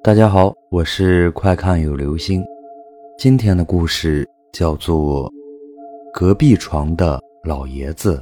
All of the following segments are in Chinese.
大家好，我是快看有流星。今天的故事叫做隔壁床的老爷子。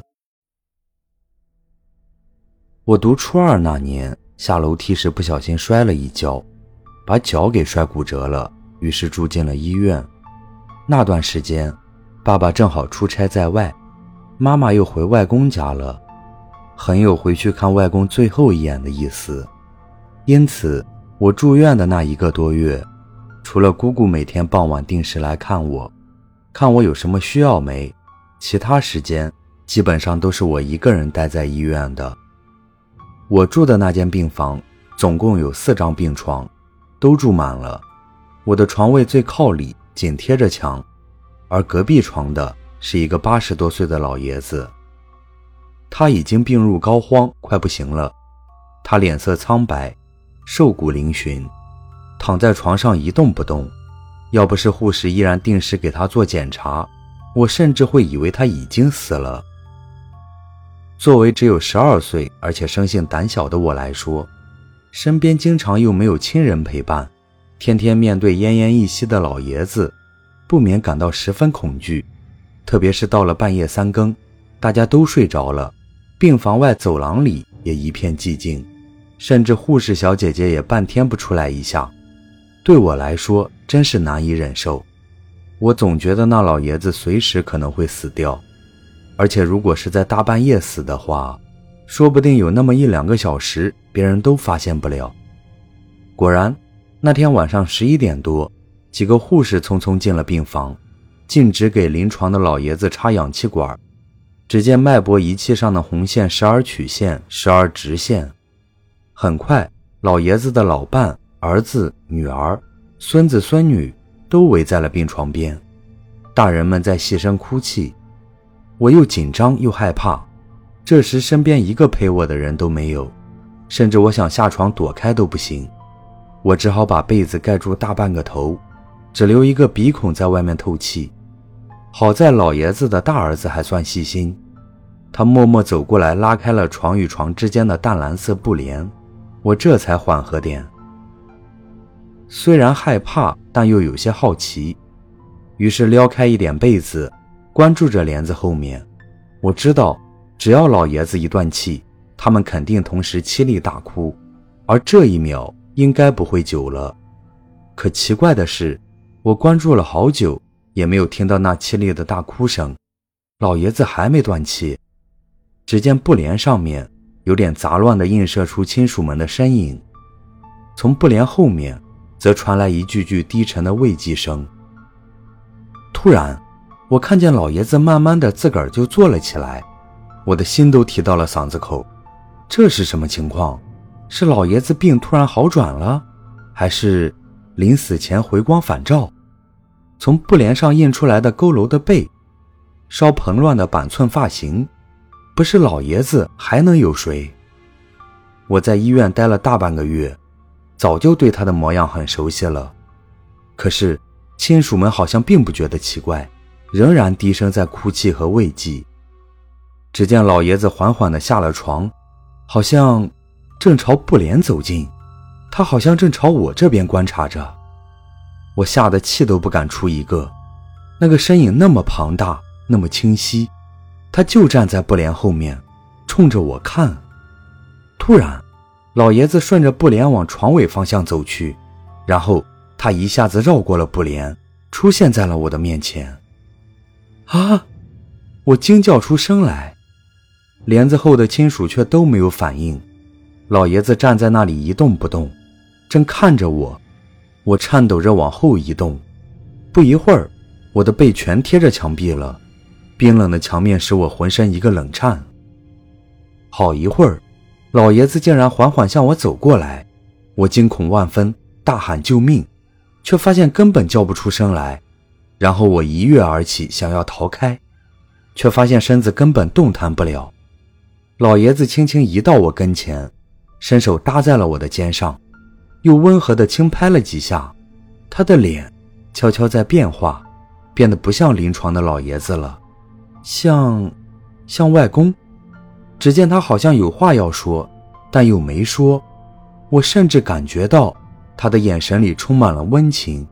我读初二那年，下楼梯时不小心摔了一跤，把脚给摔骨折了，于是住进了医院。那段时间，爸爸正好出差在外，妈妈又回外公家了，很有回去看外公最后一眼的意思。因此我住院的那1个多月，除了姑姑每天傍晚定时来看我有什么需要没，其他时间基本上都是我一个人待在医院的。我住的那间病房总共有4张病床，都住满了。我的床位最靠里，紧贴着墙，而隔壁床的是一个80多岁的老爷子。他已经病入膏肓，快不行了。他脸色苍白，瘦骨嶙峋，躺在床上一动不动。要不是护士依然定时给他做检查，我甚至会以为他已经死了。作为只有12岁而且生性胆小的我来说，身边经常又没有亲人陪伴，天天面对奄奄一息的老爷子，不免感到十分恐惧。特别是到了半夜3更，大家都睡着了，病房外走廊里也一片寂静，甚至护士小姐姐也半天不出来一下。对我来说真是难以忍受。我总觉得那老爷子随时可能会死掉，而且如果是在大半夜死的话，说不定有那么1-2个小时别人都发现不了。果然那天晚上11点多，几个护士匆匆进了病房，径直给临床的老爷子插氧气管。只见脉搏仪器上的红线时而曲线，时而直线。很快，老爷子的老伴、儿子、女儿、孙子孙女都围在了病床边，大人们在细声哭泣。我又紧张又害怕，这时身边一个陪我的人都没有，甚至我想下床躲开都不行。我只好把被子盖住大半个头，只留一个鼻孔在外面透气。好在老爷子的大儿子还算细心，他默默走过来拉开了床与床之间的淡蓝色布帘，我这才缓和点。虽然害怕，但又有些好奇，于是撩开一点被子，关注着帘子后面。我知道只要老爷子一断气，他们肯定同时凄厉大哭，而这一秒应该不会久了。可奇怪的是，我关注了好久也没有听到那凄厉的大哭声，老爷子还没断气。只见布帘上面有点杂乱地映射出亲属们的身影，从布帘后面则传来一句句低沉的慰藉声。突然我看见老爷子慢慢地自个儿就坐了起来，我的心都提到了嗓子口。这是什么情况？是老爷子病突然好转了，还是临死前回光返照？从布帘上映出来的佝偻的背，稍蓬乱的板寸发型，不是老爷子还能有谁？我在医院待了大半个月，早就对他的模样很熟悉了。可是亲属们好像并不觉得奇怪，仍然低声在哭泣和慰藉。只见老爷子缓缓地下了床，好像正朝布帘走近，他好像正朝我这边观察着。我吓得气都不敢出一个，那个身影那么庞大，那么清晰，他就站在布帘后面，冲着我看。突然，老爷子顺着布帘往床尾方向走去，然后他一下子绕过了布帘，出现在了我的面前。啊！我惊叫出声来，帘子后的亲属却都没有反应。老爷子站在那里一动不动，正看着我。我颤抖着往后移动，不一会儿，我的背全贴着墙壁了，冰冷的墙面使我浑身一个冷颤。好一会儿，老爷子竟然缓缓向我走过来，我惊恐万分，大喊救命，却发现根本叫不出声来。然后我一跃而起，想要逃开，却发现身子根本动弹不了。老爷子轻轻移到我跟前，伸手搭在了我的肩上，又温和地轻拍了几下，他的脸悄悄在变化，变得不像临床的老爷子了，像外公。只见他好像有话要说，但又没说。我甚至感觉到他的眼神里充满了温情。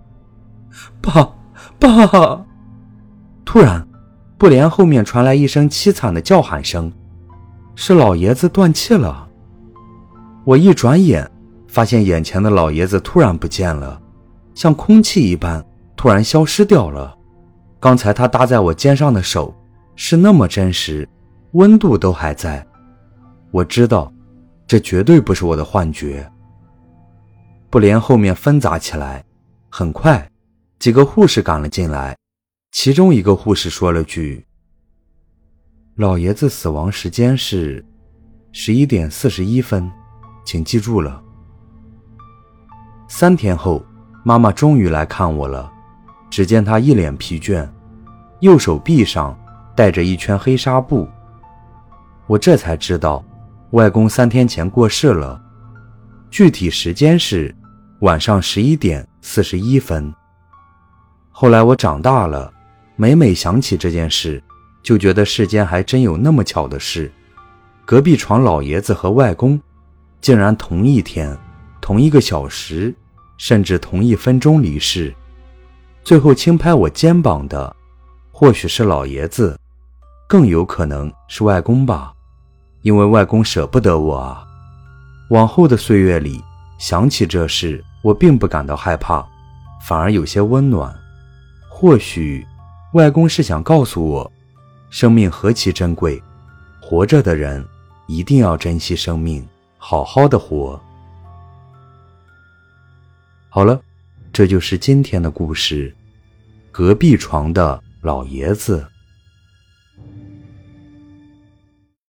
爸！突然，布莲后面传来一声凄惨的叫喊声，是老爷子断气了。我一转眼，发现眼前的老爷子突然不见了，像空气一般突然消失掉了。刚才他搭在我肩上的手是那么真实，温度都还在。我知道这绝对不是我的幻觉。布莲后面纷杂起来，很快几个护士赶了进来，其中一个护士说了句：老爷子死亡时间是11点41分，请记住了。3天后，妈妈终于来看我了。只见她一脸疲倦，右手臂上带着一圈黑纱布。我这才知道外公3天前过世了，具体时间是晚上11点41分。后来我长大了，每想起这件事，就觉得世间还真有那么巧的事。隔壁床老爷子和外公竟然同一天、同一个小时，甚至同一分钟离世。最后轻拍我肩膀的或许是老爷子，更有可能是外公吧，因为外公舍不得我啊。往后的岁月里，想起这事，我并不感到害怕，反而有些温暖。或许外公是想告诉我，生命何其珍贵，活着的人一定要珍惜生命，好好的活。好了，这就是今天的故事，隔壁床的老爷子。